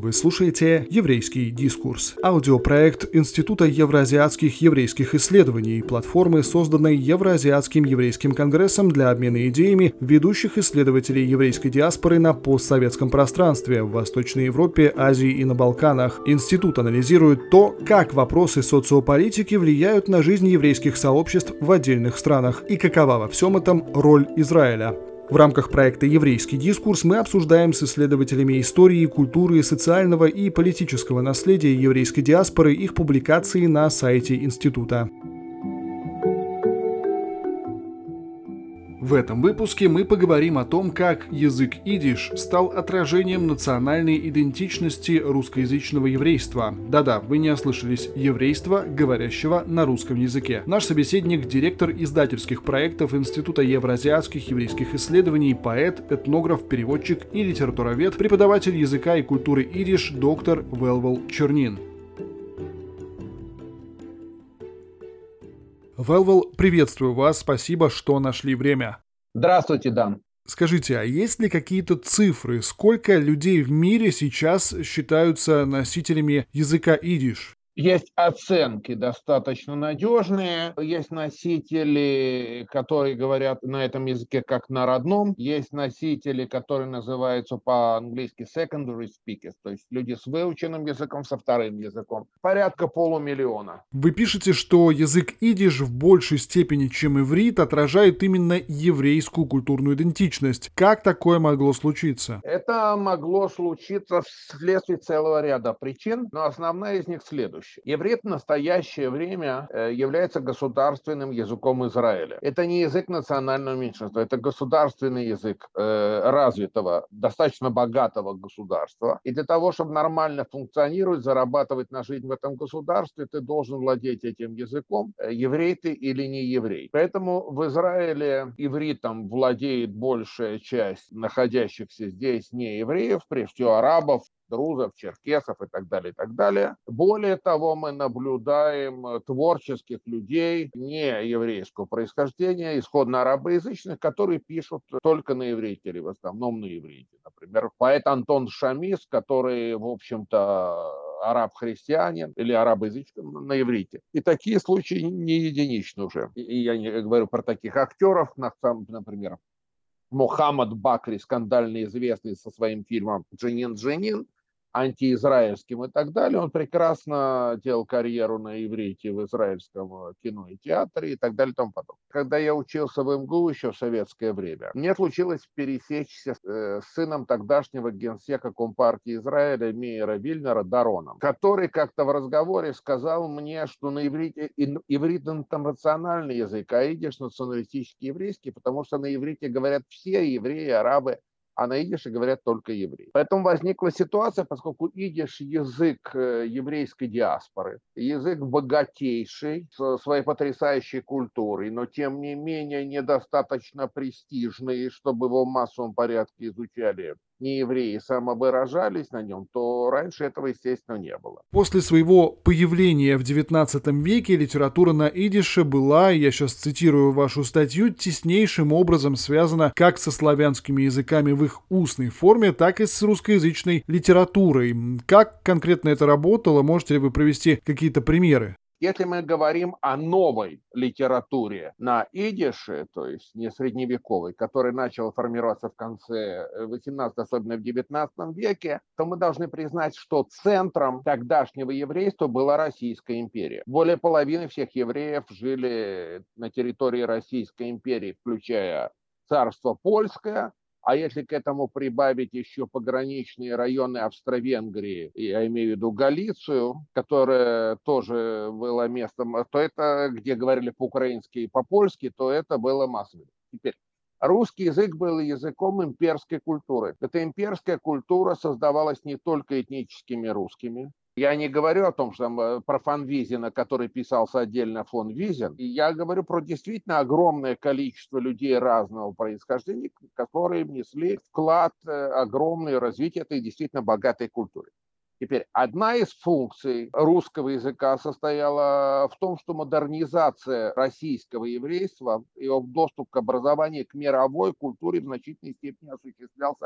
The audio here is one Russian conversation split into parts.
Вы слушаете «Еврейский дискурс» – аудиопроект Института евроазиатских еврейских исследований, платформы, созданной Евроазиатским еврейским конгрессом для обмена идеями ведущих исследователей еврейской диаспоры на постсоветском пространстве в Восточной Европе, Азии и на Балканах. Институт анализирует то, как вопросы социополитики влияют на жизнь еврейских сообществ в отдельных странах и какова во всем этом роль Израиля. В рамках проекта «Еврейский дискурс» мы обсуждаем с исследователями истории, культуры, социального и политического наследия еврейской диаспоры их публикации на сайте института. В этом выпуске мы поговорим о том, как язык идиш стал отражением национальной идентичности русскоязычного еврейства. Да-да, вы не ослышались, еврейства, говорящего на русском языке. Наш собеседник – директор издательских проектов Института евроазиатских еврейских исследований, поэт, этнограф, переводчик и литературовед, преподаватель языка и культуры идиш доктор Велвел Чернин. Велвел, приветствую вас, спасибо, что нашли время. Здравствуйте, Дан. Скажите, а есть ли какие-то цифры, сколько людей в мире сейчас считаются носителями языка идиш? Есть оценки достаточно надежные, есть носители, которые говорят на этом языке как на родном, есть носители, которые называются по-английски secondary speakers, то есть люди с выученным языком, со вторым языком. Порядка 500 000. Вы пишете, что язык идиш в большей степени, чем иврит, отражает именно еврейскую культурную идентичность. Как такое могло случиться? Это могло случиться вследствие целого ряда причин, но основная из них следующая. Иврит в настоящее время является государственным языком Израиля. Это не язык национального меньшинства, это государственный язык развитого, достаточно богатого государства. И для того, чтобы нормально функционировать, зарабатывать на жизнь в этом государстве, ты должен владеть этим языком, еврей ты или не еврей. Поэтому в Израиле ивритом владеет большая часть находящихся здесь неевреев, прежде всего арабов, друзов, черкесов и так далее, и так далее. Более того, мы наблюдаем творческих людей не еврейского происхождения, исходно арабоязычных, которые пишут только на иврите или в основном на иврите. Например, поэт Антон Шамис, который, в общем-то, араб-христианин или арабоязычный на иврите. И такие случаи не единичны уже. И я не говорю про таких актеров, например, Мухаммад Бакри, скандально известный со своим фильмом «Дженин Дженин», антиизраильским и так далее. Он прекрасно делал карьеру на иврите в израильском кино и театре и так далее и тому подобное. Когда я учился в МГУ еще в советское время, мне случилось пересечься с сыном тогдашнего генсека Компартии Израиля Мейера Вильнера Дароном, который как-то в разговоре сказал мне, что на иврите иврит интернациональный язык, а идиш националистический еврейский, потому что на иврите говорят все евреи, арабы, а на идише говорят только евреи. Поэтому возникла ситуация, поскольку идиш – язык еврейской диаспоры, язык богатейший, со своей потрясающей культурой, но тем не менее недостаточно престижный, чтобы его в массовом порядке изучали не евреи самовыражались на нем, то раньше этого, естественно, не было. После своего появления в XIX веке литература на идише была, я сейчас цитирую вашу статью, теснейшим образом связана как со славянскими языками в их устной форме, так и с русскоязычной литературой. Как конкретно это работало? Можете ли вы привести какие-то примеры? Если мы говорим о новой литературе на идише, то есть не средневековой, которая начала формироваться в конце 18, особенно в 19 веке, то мы должны признать, что центром тогдашнего еврейства была Российская империя. Более половины всех евреев жили на территории Российской империи, включая царство Польское. А если к этому прибавить еще пограничные районы Австро-Венгрии, я имею в виду Галицию, которая тоже была местом, то это, где говорили по-украински и по-польски, то это было массово. Теперь, русский язык был языком имперской культуры. Эта имперская культура создавалась не только этническими русскими. Я не говорю о том, что про фон Визина, который писался отдельно фон Визин. Я говорю про действительно огромное количество людей разного происхождения, которые внесли вклад огромный в развитие этой действительно богатой культуры. Теперь, одна из функций русского языка состояла в том, что модернизация российского еврейства, его доступ к образованию, к мировой культуре в значительной степени осуществлялся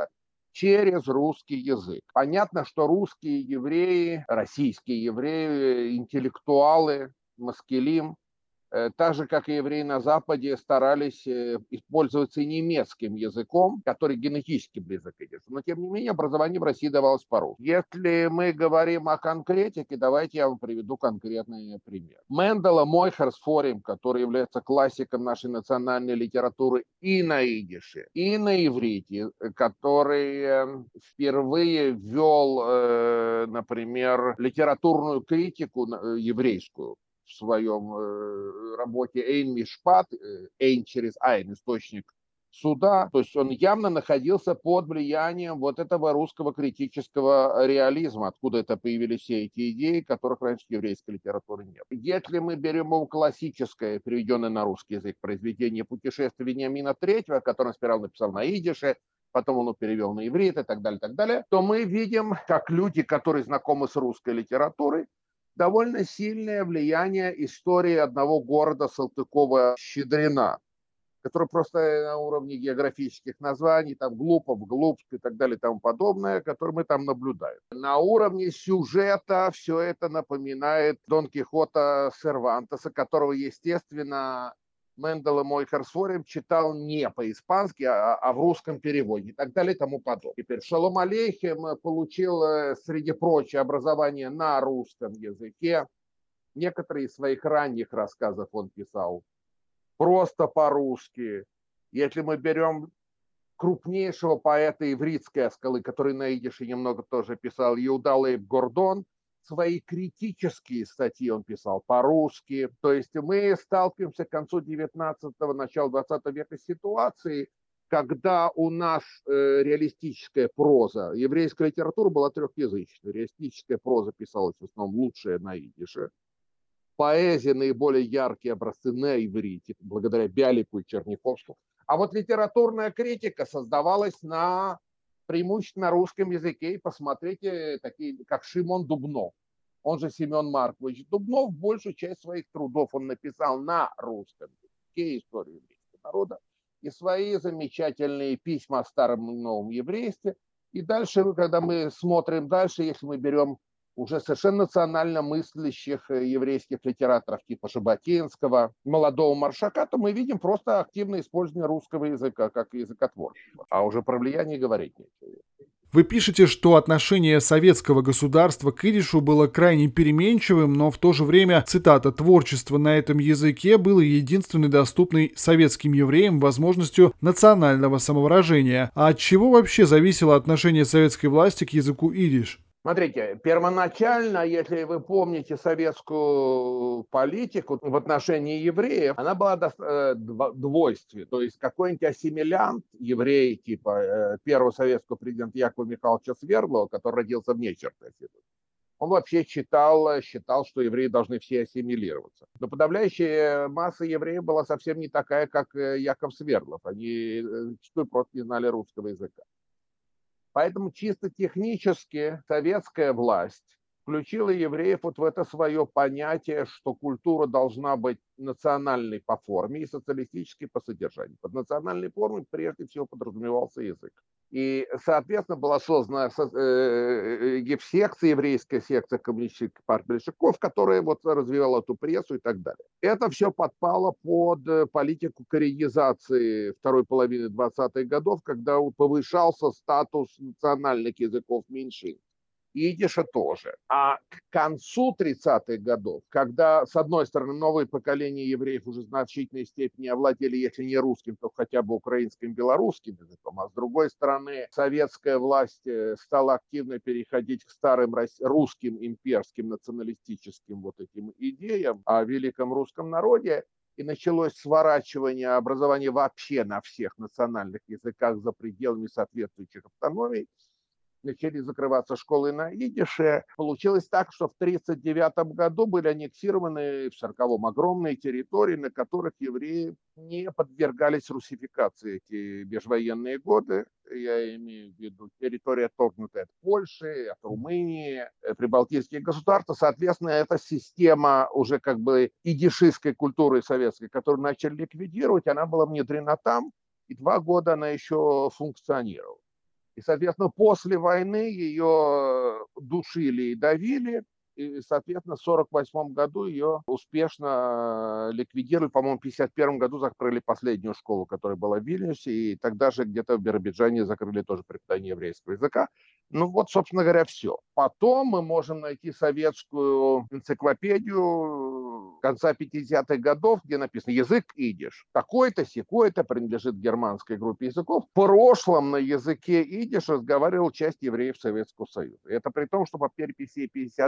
через русский язык. Понятно, что русские евреи, российские евреи, интеллектуалы, маскилим, так же, как и евреи на Западе, старались пользоваться немецким языком, который генетически близок к идиш. Но, тем не менее, образование в России давалось по-русски. Если мы говорим о конкретике, давайте я вам приведу конкретный пример. Мендела Мойхерсфорим, который является классиком нашей национальной литературы и на идише, и на иврите, который впервые ввел, например, литературную критику еврейскую, в своем работе «Эйн Мишпат», «Эйн» через «Айн», источник суда, то есть он явно находился под влиянием вот этого русского критического реализма, откуда это появились все эти идеи, которых раньше в еврейской литературе нет. Если мы берем его классическое, переведенное на русский язык, произведение «Путешествие Вениамина III», которое он сперва написал на идише, потом он перевел на иврит и так далее, то мы видим, как люди, которые знакомы с русской литературой, довольно сильное влияние истории одного города Салтыкова-Щедрина, который просто на уровне географических названий, там Глупов, Глупск и так далее и тому подобное, который мы там наблюдаем. На уровне сюжета все это напоминает Дон Кихота Сервантеса, которого, естественно, Мендела Мойхерсфорим читал не по-испански, а в русском переводе и так далее и тому подобное. Теперь Шолом Алейхем получил, среди прочего, образование на русском языке. Некоторые из своих ранних рассказов он писал просто по-русски. Если мы берем крупнейшего поэта ивритской скалы, который на идише немного тоже писал, Иуда Лейб Гордон, свои критические статьи он писал по-русски. То есть мы сталкиваемся к концу 19-го, началу 20 века с ситуацией, когда у нас реалистическая проза, еврейская литература была трехязычной, реалистическая проза писалась в основном лучшая на идише, поэзия наиболее яркие образцы на иврите, благодаря Бялику и Черняховскому. А вот литературная критика создавалась на преимущественно на русском языке. И посмотрите, такие как Шимон Дубнов, он же Семен Маркович Дубнов, большую часть своих трудов он написал на русском языке, историю еврейского народа, и свои замечательные письма о старом и новом еврействе. И дальше, когда мы смотрим дальше, если мы берем уже совершенно национально мыслящих еврейских литераторов типа Жаботинского, молодого Маршака, то мы видим просто активное использование русского языка как языкотворчества. А уже про влияние говорить нечего. Вы пишете, что отношение советского государства к идишу было крайне переменчивым, но в то же время, цитата, «творчество на этом языке было единственной доступной советским евреям возможностью национального самовыражения». А от чего вообще зависело отношение советской власти к языку идиш? Смотрите, первоначально, если вы помните советскую политику в отношении евреев, она была двойственной. То есть какой-нибудь ассимилянт, еврей, типа первого советского президента Якова Михайловича Свердлова, который родился вне черты Оссетии, он вообще считал, что евреи должны все ассимилироваться. Но подавляющая масса евреев была совсем не такая, как Яков Свердлов. Они зачастую просто не знали русского языка. Поэтому чисто технически советская власть включила евреев вот в это свое понятие, что культура должна быть национальной по форме и социалистической по содержанию. Под национальной формой прежде всего подразумевался язык. И, соответственно, была создана секция, еврейская секция коммунистической партии большевиков, которая вот развивала эту прессу и так далее. Это все подпало под политику коренизации второй половины 20-х годов, когда повышался статус национальных языков меньшинств. Идиша тоже. А к концу 30-х годов, когда, с одной стороны, новое поколение евреев уже в значительной степени овладели, если не русским, то хотя бы украинским, белорусским языком, а с другой стороны, советская власть стала активно переходить к старым русским имперским националистическим вот этим идеям о великом русском народе, и началось сворачивание образования вообще на всех национальных языках за пределами соответствующих автономий, начали закрываться школы на идише. Получилось так, что в 1939 году были аннексированы в 1940-м огромные территории, на которых евреи не подвергались русификации эти межвоенные годы. Я имею в виду территория, отторгнутая от Польши, от Румынии, прибалтийские государства. Соответственно, эта система уже как бы идишистской культуры советской, которую начали ликвидировать, она была внедрена там, и 2 года она еще функционировала. И, соответственно, после войны ее душили и давили, и, соответственно, в 1948 году ее успешно ликвидировали. По-моему, в 1951 году закрыли последнюю школу, которая была в Вильнюсе, и тогда же где-то в Биробиджане закрыли тоже преподавание еврейского языка. Ну вот, собственно говоря, все. Потом мы можем найти советскую энциклопедию конца 50-х годов, где написано «язык идиш». Такой-то, секой-то принадлежит германской группе языков. В прошлом на языке идиш разговаривала часть евреев Советского Союза. Это при том, что по переписи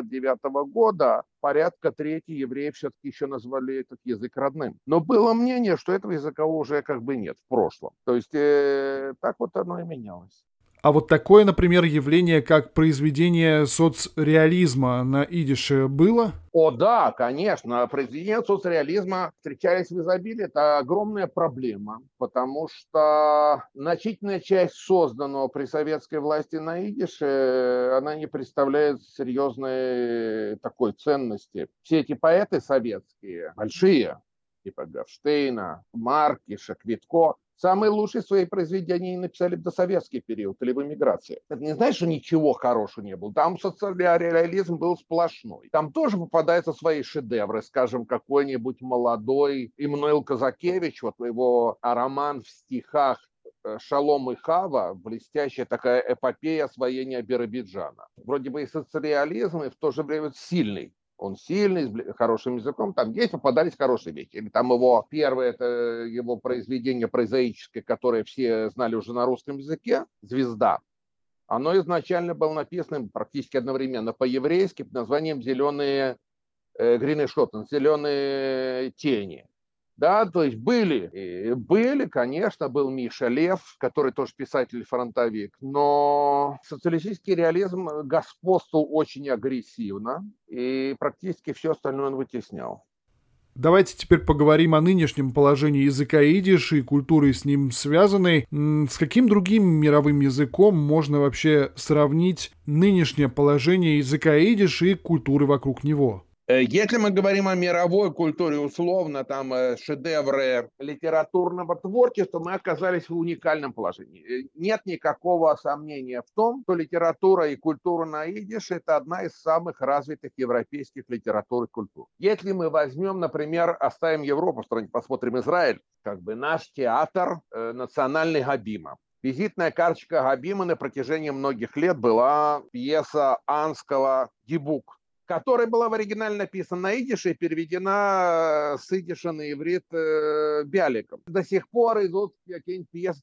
59 года порядка трети евреев все-таки еще назвали этот язык родным. Но было мнение, что этого языка уже как бы нет в прошлом. То есть так вот оно и менялось. А вот такое, например, явление, как произведение соцреализма на идише было? О, да, конечно, произведения соцреализма встречались в изобилии. Это огромная проблема, потому что значительная часть созданного при советской власти на идише, она не представляет серьезной такой ценности. Все эти поэты советские, большие, типа Гавштейна, Маркиша, Квитко, самые лучшие свои произведения написали в досоветский период или в эмиграции. Это не значит, что ничего хорошего не было. Там социал-реализм был сплошной. Там тоже попадаются свои шедевры. Скажем, какой-нибудь молодой Иммануил Казакевич, вот его роман в стихах «Шалом и Хава», блестящая такая эпопея освоения Биробиджана. Вроде бы и соцреализм, и в то же время сильный. Он сильный, с хорошим языком, там есть, попадались хорошие вещи. Или там его первое, это его произведение прозаическое, которое все знали уже на русском языке, «Звезда». Оно изначально было написано практически одновременно по-еврейски под названием «Зеленые Green Schotten», «Зеленые тени». Да, то есть были, конечно, был Миша Лев, который тоже писатель-фронтовик, но социалистический реализм господствовал очень агрессивно, и практически все остальное он вытеснял. Давайте теперь поговорим о нынешнем положении языка идиш и культуры с ним связанной. С каким другим мировым языком можно вообще сравнить нынешнее положение языка идиш и культуры вокруг него? Если мы говорим о мировой культуре, условно, там шедевры литературного творчества, мы оказались в уникальном положении. Нет никакого сомнения в том, что литература и культура на идише – это одна из самых развитых европейских литератур и культур. Если мы возьмем, например, оставим Европу в стороне, посмотрим Израиль, как бы наш театр национальный Габима. Визитная карточка Габима на протяжении многих лет была пьеса Анского «Дибук», которая была в оригинале написана на идише и переведена с идиша на иврит Бяликом. До сих пор идут какие-нибудь пьесы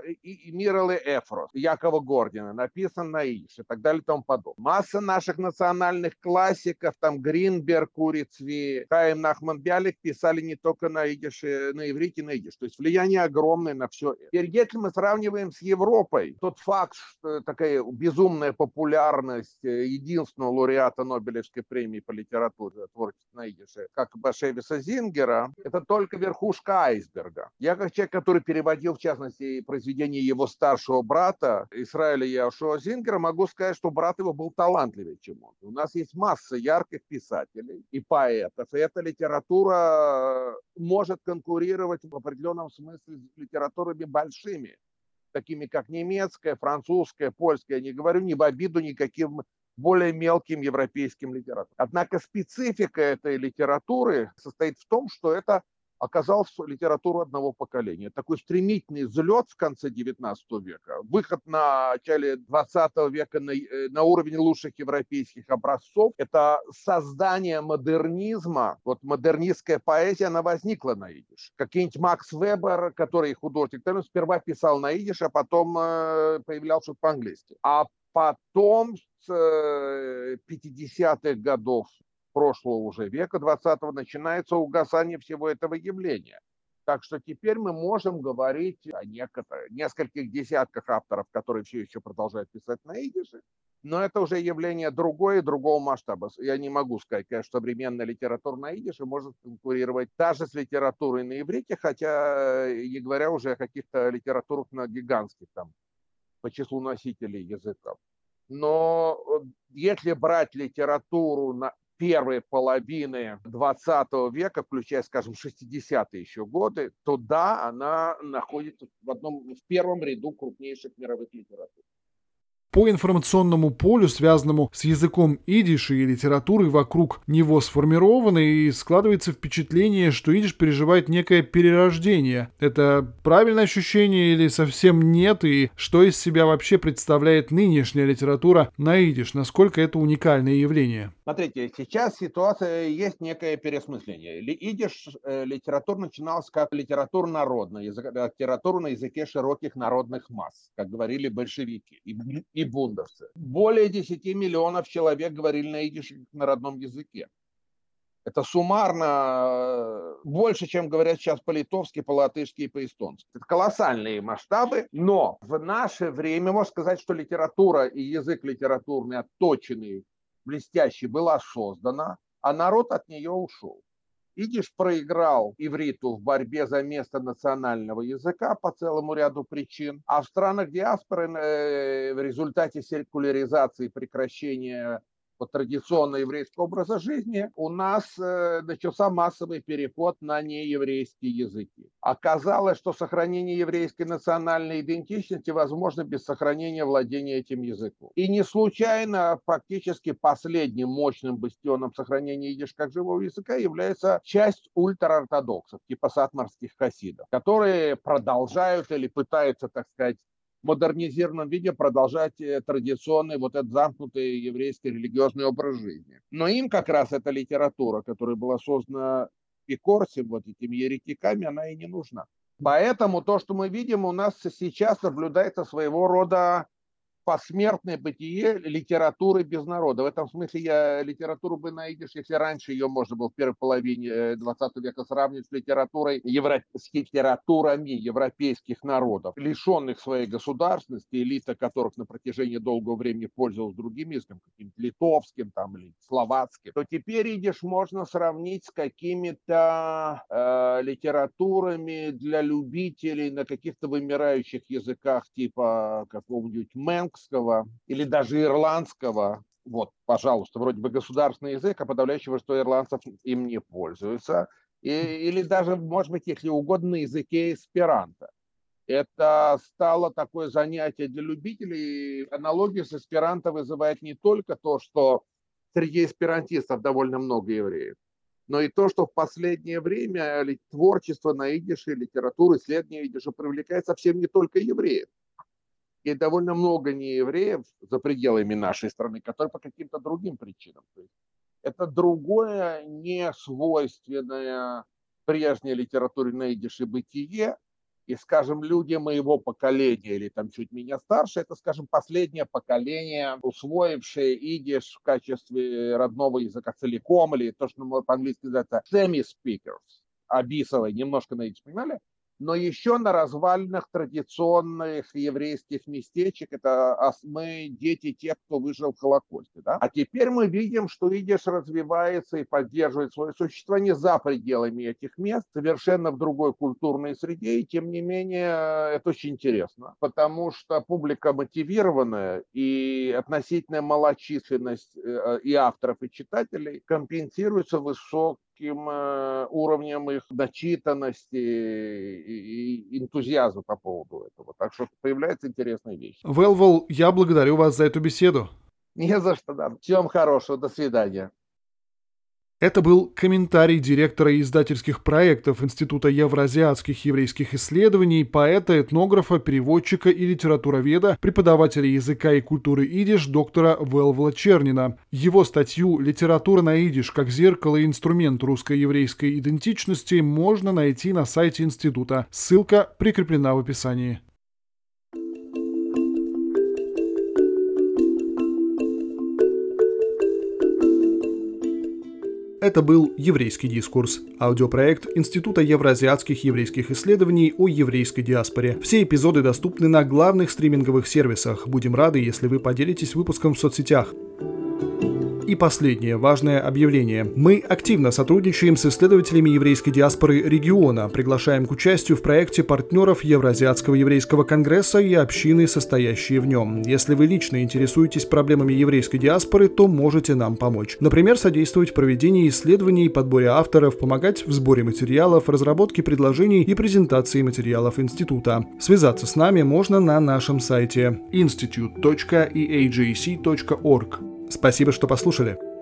Миралы Эфрос, Якова Гордина, написан на идише и так далее и тому подобное. Масса наших национальных классиков, там Гринберг, Курицви, Хаим Нахман Бялик писали не только на идише, на иврите, на идиш. То есть влияние огромное на все это. Теперь, если мы сравниваем с Европой, тот факт, что такая безумная популярность единственного лауреата Нобелевской премии по литературе творчества на идише, как Башевиса Зингера, это только верхушка айсберга. Я как человек, который переводил, в частности, произведения его старшего брата Исраэля Яошуа Зингера, могу сказать, что брат его был талантливее, чем он. У нас есть масса ярких писателей и поэтов, и эта литература может конкурировать в определенном смысле с литературами большими, такими как немецкая, французская, польская. Я не говорю ни в обиду никаким более мелким европейским литературам. Однако специфика этой литературы состоит в том, что это оказалась литература одного поколения. Такой стремительный взлет в конце XIX века, выход на начале XX века на уровень лучших европейских образцов, это создание модернизма. Вот модернистская поэзия, она возникла на идиш. Какой-нибудь Макс Вебер, который художник, он сперва писал на идиш, а потом появлялся по-английски. А потом с 50-х годов прошлого уже века, 20-го, начинается угасание всего этого явления. Так что теперь мы можем говорить о нескольких десятках авторов, которые все еще продолжают писать на идише, но это уже явление другое, другого масштаба. Я не могу сказать, конечно, современная литература на идише может конкурировать даже с литературой на иврите, хотя не говоря уже о каких-то литературах на гигантских, там, по числу носителей языков. Но если брать литературу на первой половины 20 века, включая, скажем, 60-е еще годы, то да, она находится в первом ряду крупнейших мировых литератур. по информационному полю, связанному с языком идиш и литературой вокруг него сформировано, и складывается впечатление, что идиш переживает некое перерождение. Это правильное ощущение или совсем нет? И что из себя вообще представляет нынешняя литература на идиш? Насколько это уникальное явление? Смотрите, сейчас ситуация, есть некое переосмысление. Идиш литература начиналась как литература народная, литература на языке широких народных масс, как говорили большевики и бундовцы. Более 10 миллионов человек говорили на идиш на родном языке. Это суммарно больше, чем говорят сейчас по-литовски, по-латышски и по-эстонски. Это колоссальные масштабы, но в наше время можно сказать, что литература и язык литературный, отточенный, блестящий, была создана, а народ от нее ушел. Идиш проиграл ивриту в борьбе за место национального языка по целому ряду причин, а в странах диаспоры в результате секуляризации и прекращения традиционного еврейского образа жизни у нас начался массовый переход на нееврейские языки. Оказалось, что сохранение еврейской национальной идентичности возможно без сохранения владения этим языком. И не случайно фактически последним мощным бастионом сохранения идиш как живого языка является часть ультраортодоксов, типа сатмарских хасидов, которые продолжают или пытаются, так сказать, в модернизированном виде продолжать традиционный вот этот замкнутый еврейский религиозный образ жизни. Но им как раз эта литература, которая была создана Пикорсем, вот этими еретиками, она и не нужна. Поэтому то, что мы видим, у нас сейчас наблюдается своего рода посмертное бытие литературы без народа. В этом смысле я литературу бы на идиш, если раньше ее можно было в первой половине 20 века сравнивать с литературой, с литературами европейских народов, лишенных своей государственности, элита которых на протяжении долгого времени пользовалась другим языком, каким-то литовским там, или словацким, то теперь идиш можно сравнить с какими-то литературами для любителей на каких-то вымирающих языках типа какого-нибудь или даже ирландского. Вот, пожалуйста, вроде бы государственный язык, а подавляющее большинство ирландцев им не пользуются. Или даже, может быть, если угодно, на языке эсперанто. Это стало такое занятие для любителей. Аналогия с эсперанто вызывает не только то, что среди эсперантистов довольно много евреев, но и то, что в последнее время творчество на идише, литература, исследование идиша привлекает совсем не только евреев. И довольно много неевреев за пределами нашей страны, которые по каким-то другим причинам. То есть это другое, не свойственное прежней литературе на идише бытие. И, скажем, люди моего поколения или там чуть меня старше, это, скажем, последнее поколение, усвоившее идиш в качестве родного языка целиком, или то, что по-английски называется semi-speakers, абисовой, немножко на идиш, понимали? Но еще на развалинах традиционных еврейских местечек, это мы дети тех, кто выжил в Холокосте. Да? А теперь мы видим, что идиш развивается и поддерживает свое существование за пределами этих мест, совершенно в другой культурной среде, и тем не менее это очень интересно, потому что публика мотивированная, и относительная малочисленность и авторов, и читателей компенсируется высоким уровнем их начитанности и энтузиазма по поводу этого. Так что появляются интересные вещи. Велвол, я благодарю вас за эту беседу. Не за что, да. Всем хорошего, до свидания. Это был комментарий директора издательских проектов Института евроазиатских еврейских исследований, поэта, этнографа, переводчика и литературоведа, преподавателя языка и культуры идиш доктора Велвола Чернина. Его статью «Литература на идиш как зеркало и инструмент русско-еврейской идентичности» можно найти на сайте института. Ссылка прикреплена в описании. Это был «Еврейский дискурс» – аудиопроект Института евроазиатских еврейских исследований о еврейской диаспоре. Все эпизоды доступны на главных стриминговых сервисах. Будем рады, если вы поделитесь выпуском в соцсетях. И последнее важное объявление. Мы активно сотрудничаем с исследователями еврейской диаспоры региона, приглашаем к участию в проекте партнеров Евразиатского еврейского конгресса и общины, состоящие в нем. Если вы лично интересуетесь проблемами еврейской диаспоры, то можете нам помочь. Например, содействовать в проведении исследований, подборе авторов, помогать в сборе материалов, разработке предложений и презентации материалов института. Связаться с нами можно на нашем сайте institute.eajc.org. Спасибо, что послушали.